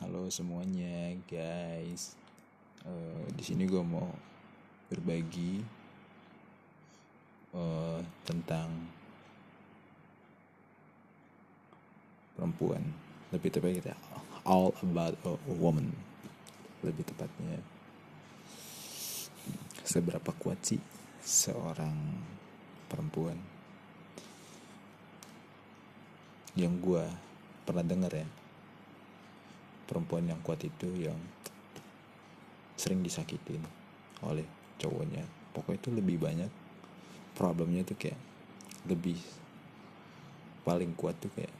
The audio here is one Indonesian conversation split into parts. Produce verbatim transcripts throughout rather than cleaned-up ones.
Halo semuanya guys. Uh, di sini gue mau berbagi uh, tentang perempuan. Lebih tepatnya all about a woman. Lebih tepatnya seberapa kuat sih seorang perempuan. Yang gue pernah dengar ya, perempuan yang kuat itu yang sering disakitin oleh cowoknya. Pokoknya itu lebih banyak problemnya tuh, kayak lebih paling kuat tuh kayak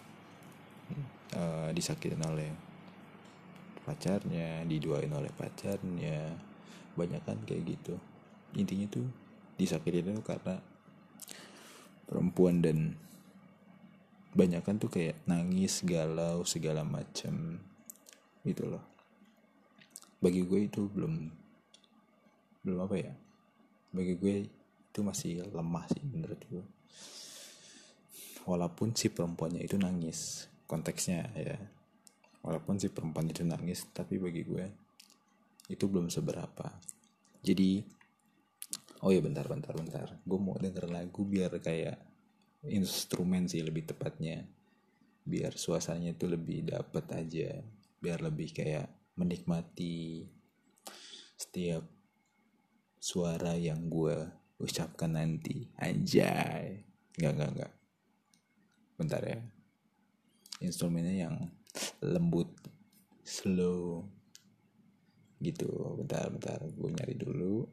uh, disakitin oleh pacarnya, diduain oleh pacarnya, banyak kan kayak gitu. Intinya tuh disakitin itu karena perempuan, dan banyak kan tuh kayak nangis, galau, segala macam gitu loh. Bagi gue itu belum belum apa ya, bagi gue itu masih lemah sih menurut gue. Walaupun si perempuannya itu nangis, konteksnya ya, walaupun si perempuan itu nangis, tapi bagi gue itu belum seberapa. Jadi oh ya bentar bentar bentar gue mau denger lagu biar kayak instrumen sih lebih tepatnya, biar suasananya itu lebih dapet aja, biar lebih kayak menikmati setiap suara yang gue ucapkan nanti. Anjay, nggak nggak nggak bentar ya, instrumennya yang lembut, slow gitu. Bentar bentar gue nyari dulu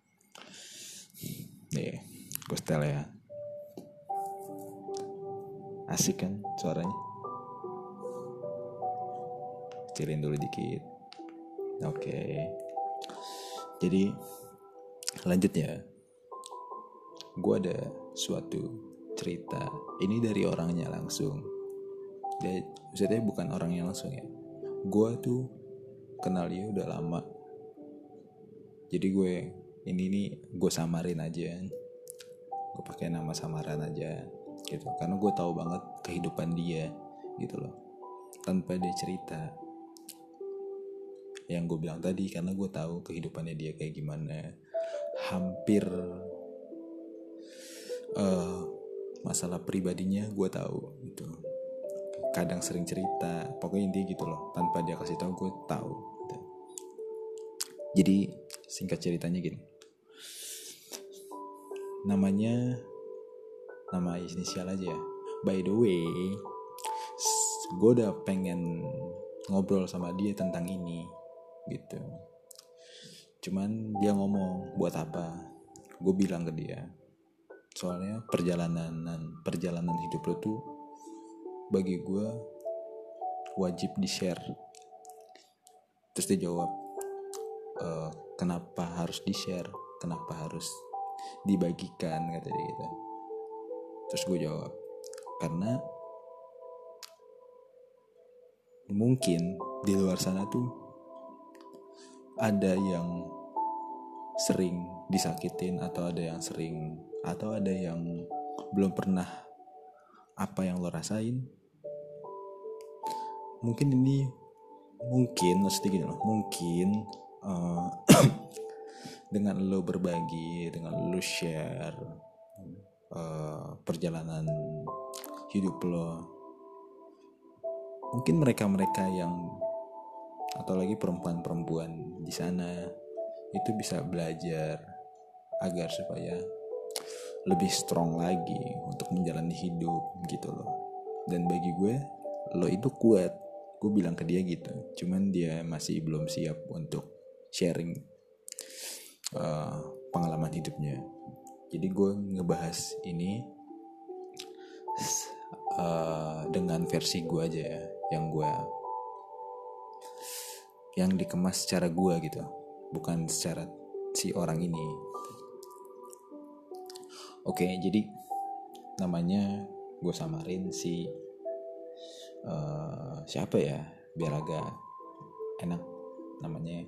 nih, gue setel ya. Asik kan suaranya, kecilin dulu dikit. Oke, jadi lanjut ya. Gue ada suatu cerita, ini dari orangnya langsung. Dia maksudnya bukan orangnya langsung ya, gue tuh kenal dia udah lama. Jadi gue ini nih gue samarin aja, gue pakai nama samaran aja gitu, karena gue tahu banget kehidupan dia gitu loh, tanpa dia cerita yang gue bilang tadi, karena gue tahu kehidupannya dia kayak gimana. Hampir uh, masalah pribadinya gue tahu gitu, kadang sering cerita, pokoknya intinya gitu loh, tanpa dia kasih tahu gue tahu gitu. Jadi singkat ceritanya gini, namanya nama inisial aja ya. By the way, gue udah pengen ngobrol sama dia tentang ini gitu, cuman dia ngomong buat apa. Gue bilang ke dia, soalnya perjalanan perjalanan hidup lo tuh bagi gue wajib di share. Terus dia jawab, e, kenapa harus di share, kenapa harus dibagikan, kata dia gitu. Terus gue jawab, karena mungkin di luar sana tuh ada yang sering disakitin, atau ada yang sering, atau ada yang belum pernah apa yang lo rasain. Mungkin ini mungkin maksudnya gini loh, mungkin uh, dengan lo berbagi, dengan lo share uh, perjalanan hidup lo, mungkin mereka-mereka yang, atau lagi perempuan-perempuan di sana itu bisa belajar agar supaya lebih strong lagi untuk menjalani hidup gitu loh. Dan bagi gue lo itu kuat, gue bilang ke dia gitu, cuman dia masih belum siap untuk sharing uh, pengalaman hidupnya. Jadi gue ngebahas ini uh, dengan versi gue aja ya, yang gue yang dikemas secara gue gitu, bukan secara si orang ini. Oke, jadi namanya gue samarin si uh, siapa ya, biar agak enak namanya,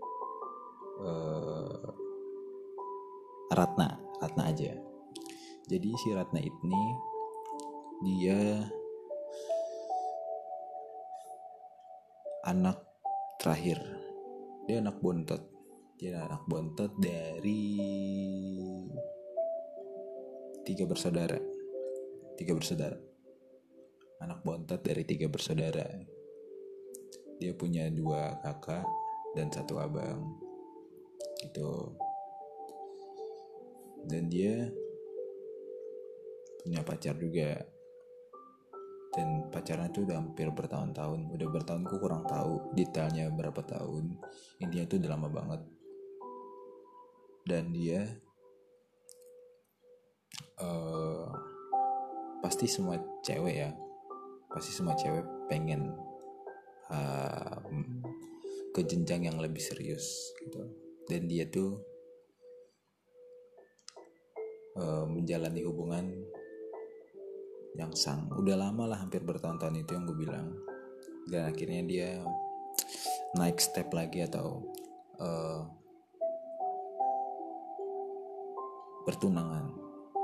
uh, Ratna, Ratna aja. Jadi si Ratna ini dia anak terakhir. Dia anak bontot. Dia anak bontot dari tiga bersaudara. Tiga bersaudara. Anak bontot dari tiga bersaudara. Dia punya dua kakak dan satu abang. Gitu. Dan dia punya pacar juga. Dan pacarnya tuh udah hampir bertahun-tahun. Udah bertahun, gue kurang tahu detailnya berapa tahun. Intinya tuh udah lama banget. Dan dia uh, pasti semua cewek ya, pasti semua cewek pengen uh, ke jenjang yang lebih serius gitu. Dan dia tuh uh, menjalani hubungan yang sang udah lama lah, hampir bertahun-tahun itu yang gue bilang. Dan akhirnya dia naik step lagi atau uh, bertunangan.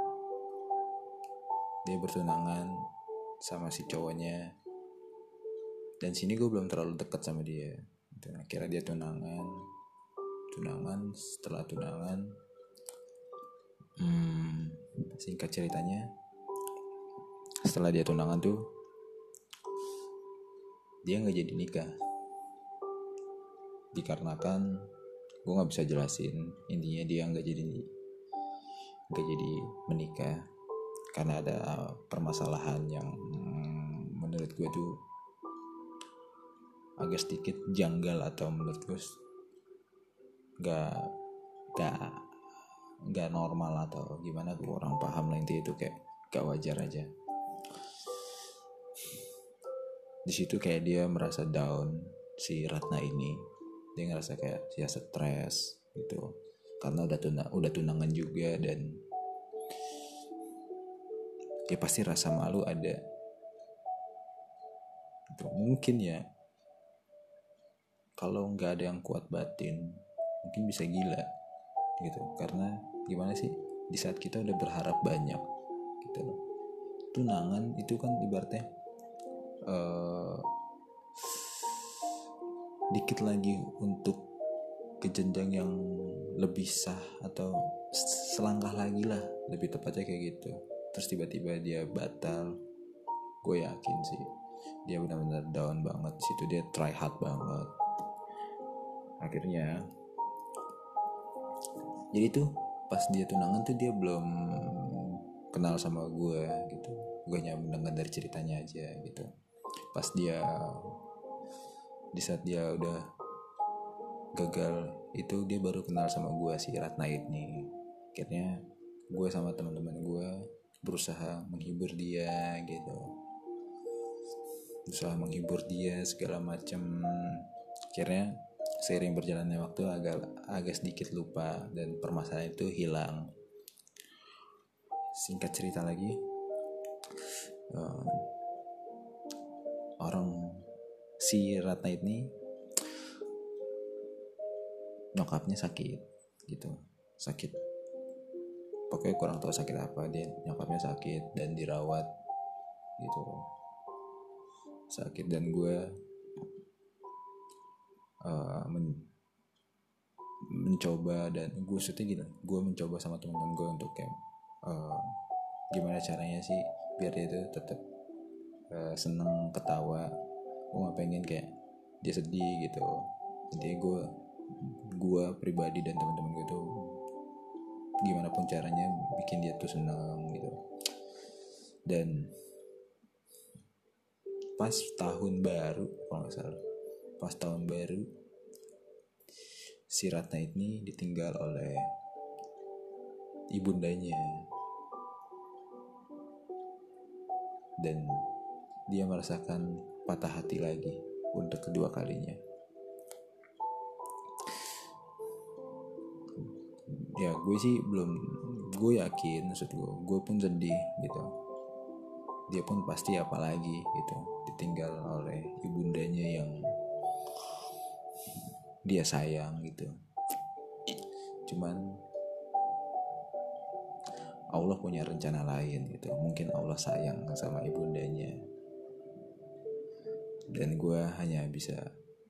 Dia bertunangan sama si cowoknya. Dan sini gue belum terlalu dekat sama dia. Dan akhirnya dia tunangan. Tunangan, setelah tunangan, hmm, singkat ceritanya, setelah dia tunangan tuh, dia gak jadi nikah. Dikarenakan gue gak bisa jelasin. Intinya dia gak jadi Gak jadi menikah karena ada permasalahan yang hmm, menurut gue tuh agak sedikit janggal, atau menurut gue gak gak gak normal atau gimana, gue orang paham lah. Intinya itu kayak gak wajar aja. Di situ kayak dia merasa down, si Ratna ini. Dia ngerasa kayak dia stres gitu karena udah tuna, udah tunangan juga. Dan ya pasti rasa malu ada gitu. Mungkin ya kalau nggak ada yang kuat batin mungkin bisa gila gitu. Karena gimana sih, di saat kita udah berharap banyak gitu loh, tunangan itu kan ibaratnya uh, dikit lagi untuk ke jenjang yang lebih sah, atau selangkah lagi lah lebih tepatnya kayak gitu. Terus tiba-tiba dia batal. Gue yakin sih dia benar-benar down banget. Situ dia try hard banget. Akhirnya jadi tuh pas dia tunangan tuh dia belum kenal sama gue gitu. Gue hanya mendengar dari ceritanya aja gitu. Pas dia di saat dia udah gagal itu, dia baru kenal sama gue, si Ratna ini. Akhirnya gue sama teman-teman gue berusaha menghibur dia gitu, berusaha menghibur dia segala macam. Akhirnya seiring berjalannya waktu agak agak sedikit lupa dan permasalahan itu hilang. Singkat cerita lagi, um, orang si Ratna ini nyokapnya sakit gitu, sakit pokoknya kurang tahu sakit apa. Dia nyokapnya sakit dan dirawat gitu, sakit. Dan gue uh, men- mencoba dan gue maksudnya gitu, gue mencoba sama teman-teman gue untuk kayak uh, gimana caranya sih biar dia tuh tetap uh, seneng, ketawa. Gue gak pengen kayak dia sedih gitu. Intinya gue gue pribadi dan teman-teman gue tuh gimana pun caranya bikin dia tuh senang gitu. Dan pas tahun baru, kalau nggak salah, pas tahun baru si Ratna ini ditinggal oleh ibundanya. Dan dia merasakan patah hati lagi untuk kedua kalinya. Ya gue sih belum, gue yakin, maksud gue, gue pun sedih gitu. Dia pun pasti apalagi gitu, ditinggal oleh ibundanya yang dia sayang gitu. Cuman Allah punya rencana lain gitu. Mungkin Allah sayang sama ibundanya. Dan gue hanya bisa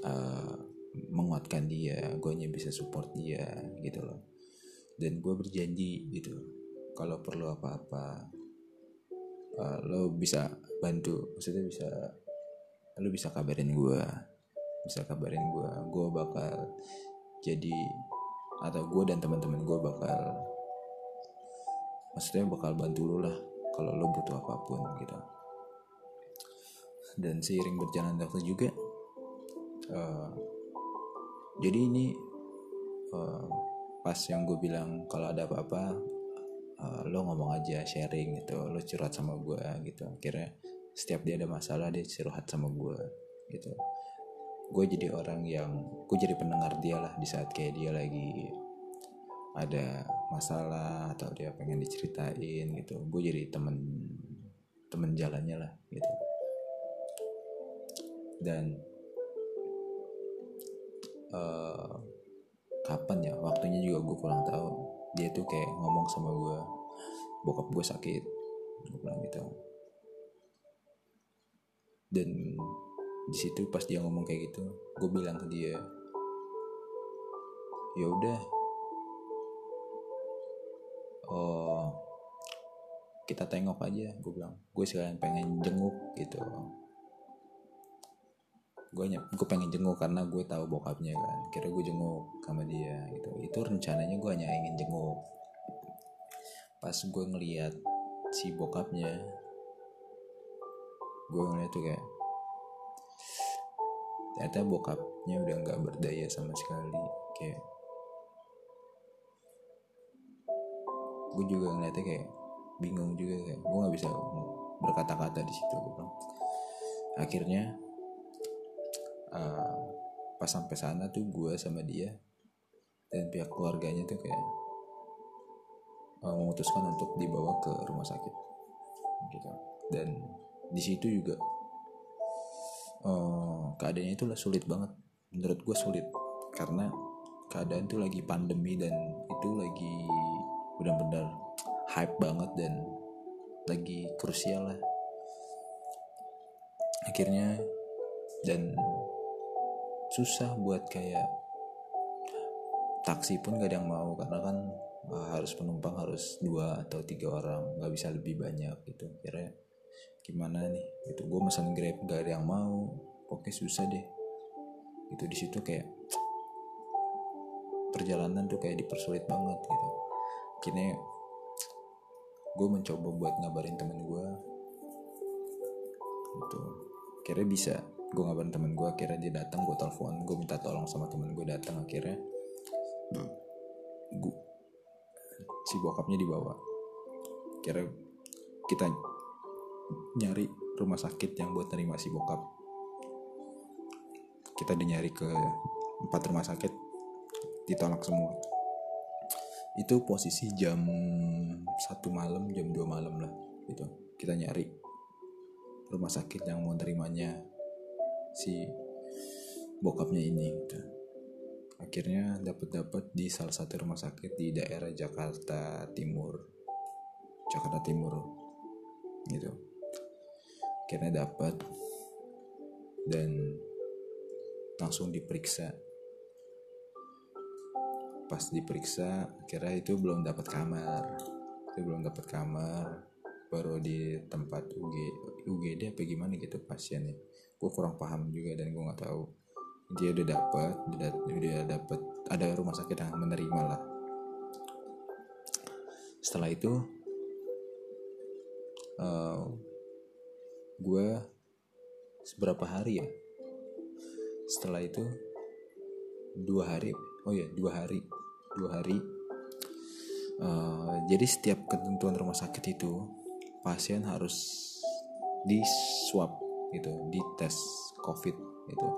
uh, menguatkan dia, gue hanya bisa support dia gitu loh. Dan gue berjanji gitu, kalau perlu apa-apa uh, lo bisa bantu, maksudnya bisa lo bisa kabarin gue, bisa kabarin gue, gue bakal jadi, atau gue dan teman-teman gue bakal, maksudnya bakal bantu lo lah kalau lo butuh apapun gitu. Dan seiring berjalan waktu juga, uh, jadi ini uh, pas yang gue bilang kalau ada apa-apa uh, lo ngomong aja, sharing gitu, lo curhat sama gue gitu. Akhirnya setiap dia ada masalah dia curhat sama gue gitu. Gue jadi orang yang, gue jadi pendengar dia lah di saat kayak dia lagi ada masalah atau dia pengen diceritain gitu. Gue jadi temen temen jalannya lah gitu. Dan uh, kapan ya waktunya juga gue kurang tahu, dia tuh kayak ngomong sama gue, bokap gue sakit, gue bilang gitu. Dan di situ pas dia ngomong kayak gitu, gue bilang ke dia, ya udah, oh kita tengok aja, gue bilang, gue sekalian pengen jenguk gitu. Gue gue pengen jenguk karena gue tahu bokapnya kan, kira gue jenguk sama dia gitu. Itu rencananya gue hanya ingin jenguk. Pas gue ngeliat si bokapnya, gue ngeliat tuh kayak ternyata bokapnya udah nggak berdaya sama sekali. Kayak gue juga ngeliatnya kayak bingung juga, kayak gue nggak bisa berkata-kata di situ. Akhirnya uh, pas sampai sana tuh gue sama dia dan pihak keluarganya tuh kayak uh, memutuskan untuk dibawa ke rumah sakit gitu. Dan di situ juga uh, keadaannya itu lah sulit banget, menurut gue sulit karena keadaan tuh lagi pandemi dan itu lagi benar-benar hype banget dan lagi krusial lah. Akhirnya dan susah buat kayak taksi pun gak ada yang mau karena kan uh, harus penumpang harus dua atau tiga orang, nggak bisa lebih banyak gitu. Kira gimana nih gitu, gue pesan Grab gak ada yang mau, oke susah deh gitu. Di situ kayak perjalanan tuh kayak dipersulit banget gitu. Kini gue mencoba buat ngabarin temen gue gitu, akhirnya bisa gue ngabarin temen gue, akhirnya dia datang, gue telepon, gue minta tolong sama temen gue datang. Akhirnya gue, si bokapnya dibawa, akhirnya kita nyari rumah sakit yang buat nerima si bokap. Kita udah nyari ke empat rumah sakit, ditolak semua. Itu posisi jam satu malam, jam dua malam lah gitu. Kita nyari rumah sakit yang mau nerimanya si bokapnya ini gitu. Akhirnya dapat-dapat di salah satu rumah sakit di daerah Jakarta Timur. Jakarta Timur gitu. Akhirnya dapat dan langsung diperiksa. Pas diperiksa kira itu belum dapat kamar, itu belum dapat kamar, baru di tempat U G U G D apa gimana gitu pasiennya. Gue kurang paham juga dan gue nggak tahu. Dia udah dapat, udah udah dapat, ada rumah sakit yang menerima lah. Setelah itu, uh, gue seberapa hari ya? Setelah itu dua hari, oh ya dua hari, dua hari. Uh, jadi setiap ketentuan rumah sakit itu pasien harus di swab gitu, di tes COVID gitu.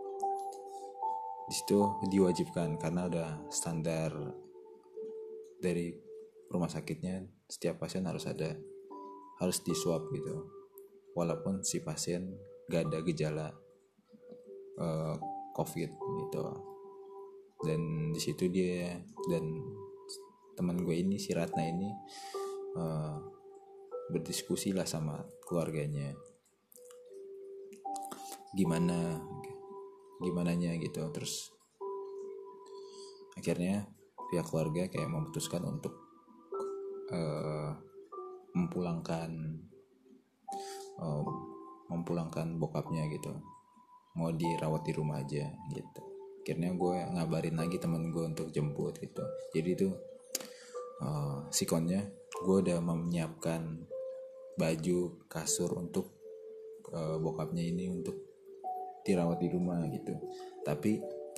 Di situ diwajibkan karena udah standar dari rumah sakitnya, setiap pasien harus ada, harus di swab gitu. Walaupun si pasien gak ada gejala uh, COVID gitu. Dan di situ dia dan teman gue ini si Ratna ini uh, berdiskusi lah sama keluarganya, gimana gimana nya gitu. Terus akhirnya pihak keluarga kayak memutuskan untuk uh, memulangkan uh, memulangkan bokapnya gitu, mau dirawat di rumah aja gitu. Akhirnya gue ngabarin lagi temen gue untuk jemput gitu. Jadi tuh uh, sikonnya gue udah menyiapkan baju, kasur untuk uh, bokapnya ini untuk dirawat di rumah gitu. Tapi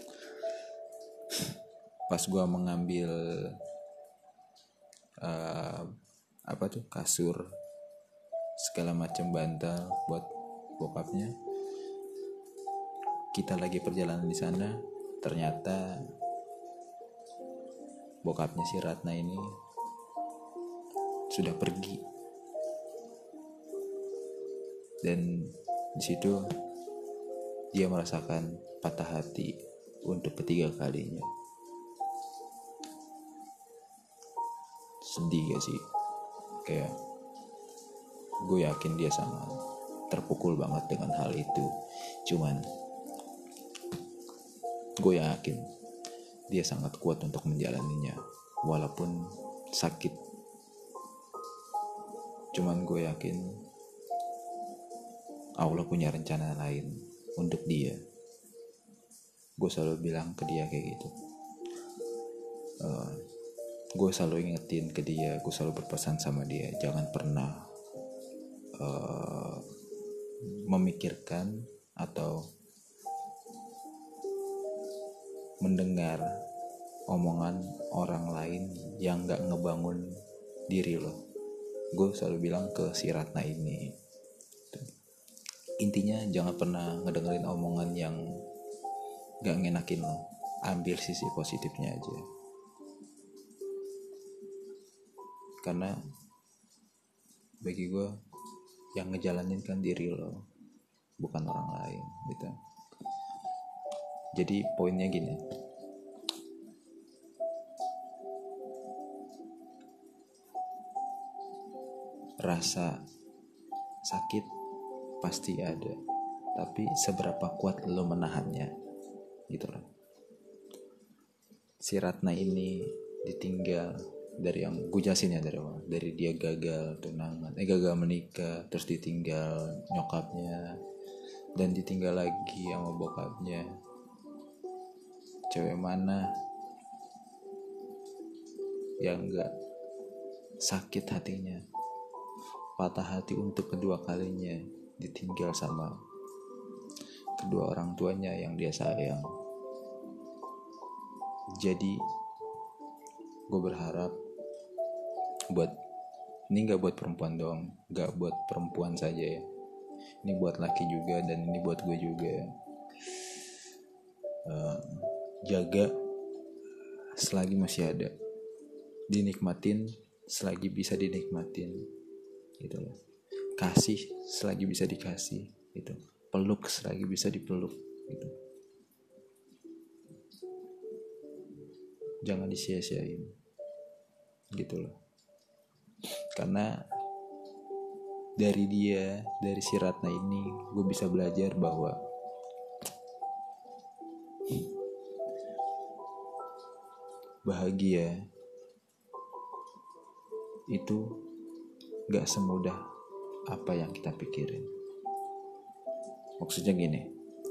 pas gue mengambil uh, apa tuh kasur segala macam bantal buat bokapnya, kita lagi perjalanan di sana, ternyata bokapnya si Ratna ini sudah pergi. Dan di situ dia merasakan patah hati untuk ketiga kalinya. Sedih gak sih? Kayak gue yakin dia sangat terpukul banget dengan hal itu. Cuman gue yakin dia sangat kuat untuk menjalaninya walaupun sakit. Cuman gue yakin Allah punya rencana lain untuk dia. Gue selalu bilang ke dia kayak gitu. uh, Gue selalu ingetin ke dia, gue selalu berpesan sama dia, jangan pernah uh, memikirkan atau mendengar omongan orang lain yang gak ngebangun diri lo. Gue selalu bilang ke si Ratna ini, intinya jangan pernah ngedengerin omongan yang gak ngenakin lo. Ambil sisi positifnya aja. Karena bagi gue yang ngejalanin kan diri lo, bukan orang lain gitu. Jadi poinnya gini, rasa sakit pasti ada, tapi seberapa kuat lo menahannya gitu loh. Si Ratna ini ditinggal dari yang gue jelasin ya dari awal, dari dia gagal tunangan, eh gagal menikah, terus ditinggal nyokapnya, dan ditinggal lagi sama bokapnya. Cewek mana yang gak sakit hatinya, patah hati untuk kedua kalinya, ditinggal sama kedua orang tuanya yang dia sayang. Jadi gue berharap buat ini gak buat perempuan doang, gak buat perempuan saja ya, ini buat laki juga, dan ini buat gue juga. uh, Jaga selagi masih ada, dinikmatin selagi bisa dinikmatin gitu loh. Kasih selagi bisa dikasih gitu, peluk selagi bisa dipeluk gitu. Jangan disia-siain gitu loh. Karena dari dia, dari si Ratna ini, gue bisa belajar bahwa bahagia itu gak semudah apa yang kita pikirin. Maksudnya gini,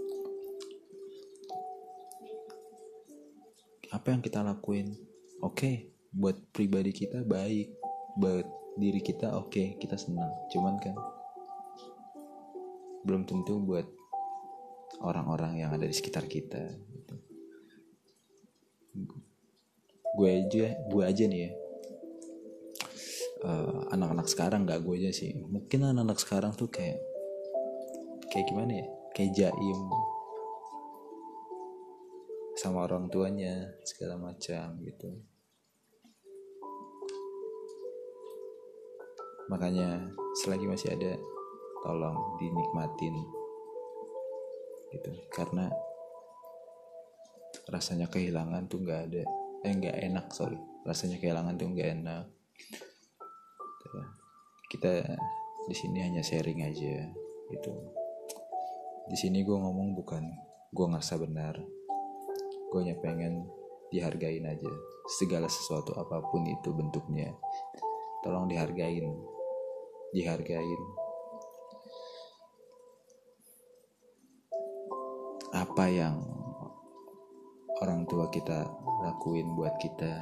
apa yang kita lakuin oke, okay, buat pribadi kita baik, buat diri kita oke, okay, kita senang. Cuman kan belum tentu buat orang-orang yang ada di sekitar kita gitu. Gue aja, gue aja nih ya, uh, anak-anak sekarang, gak gue aja sih, mungkin anak-anak sekarang tuh kayak kayak gimana ya, kayak jaim sama orang tuanya segala macam gitu. Makanya selagi masih ada, tolong dinikmatin gitu. Karena rasanya kehilangan tuh nggak ada, eh nggak enak sorry, rasanya kehilangan tuh nggak enak. Kita di sini hanya sharing aja gitu. Di sini gue ngomong bukan gue ngerasa benar, gue hanya pengen dihargain aja. Segala sesuatu apapun itu bentuknya, tolong dihargain, dihargain. Apa yang orang tua kita lakuin buat kita,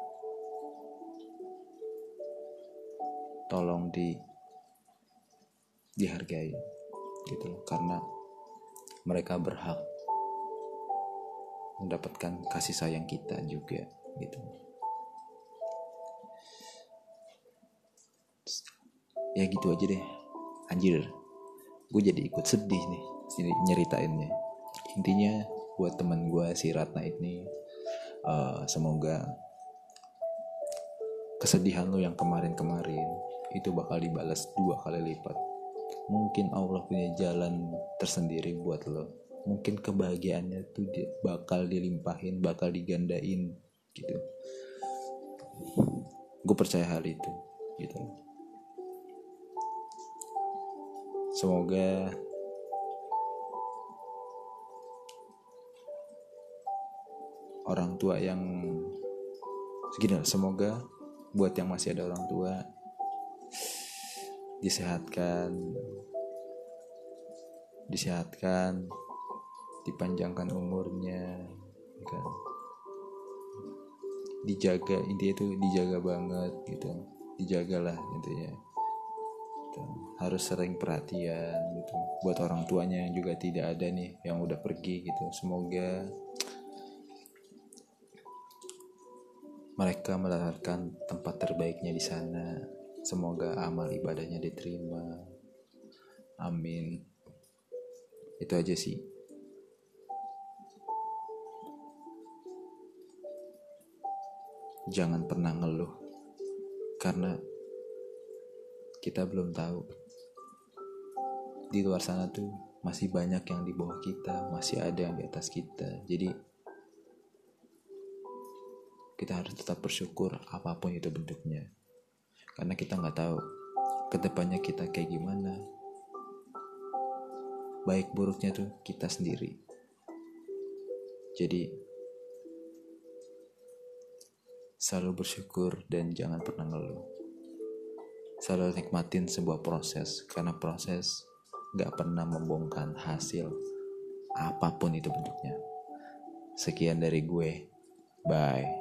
tolong di dihargai gitu, karena mereka berhak mendapatkan kasih sayang kita juga gitu. Ya gitu aja deh. Anjir, gue jadi ikut sedih nih nyeritainnya. Intinya buat teman gue si Ratna ini, uh, semoga kesedihan lo yang kemarin-kemarin itu bakal dibalas dua kali lipat. Mungkin Allah punya jalan tersendiri buat lo. Mungkin kebahagiaannya tuh bakal dilimpahin, bakal digandain gitu. Gue percaya hal itu gitu. Semoga orang tua yang segini, semoga buat yang masih ada orang tua disehatkan, disehatkan, dipanjangkan umurnya, kan? Dijaga, intinya itu dijaga banget gitu, dijagalah intinya. Gitu. Harus sering perhatian gitu. Buat orang tuanya yang juga tidak ada nih, yang udah pergi gitu, semoga mereka mendapatkan tempat terbaiknya di sana. Semoga amal ibadahnya diterima. Amin. Itu aja sih. Jangan pernah ngeluh, karena kita belum tahu di luar sana tuh masih banyak yang di bawah kita, masih ada yang di atas kita. Jadi kita harus tetap bersyukur apapun itu bentuknya, karena kita nggak tahu kedepannya kita kayak gimana. Baik buruknya tuh kita sendiri. Jadi selalu bersyukur dan jangan pernah ngeluh. Selalu nikmatin sebuah proses, karena proses nggak pernah membongkar hasil apapun itu bentuknya. Sekian dari gue, bye.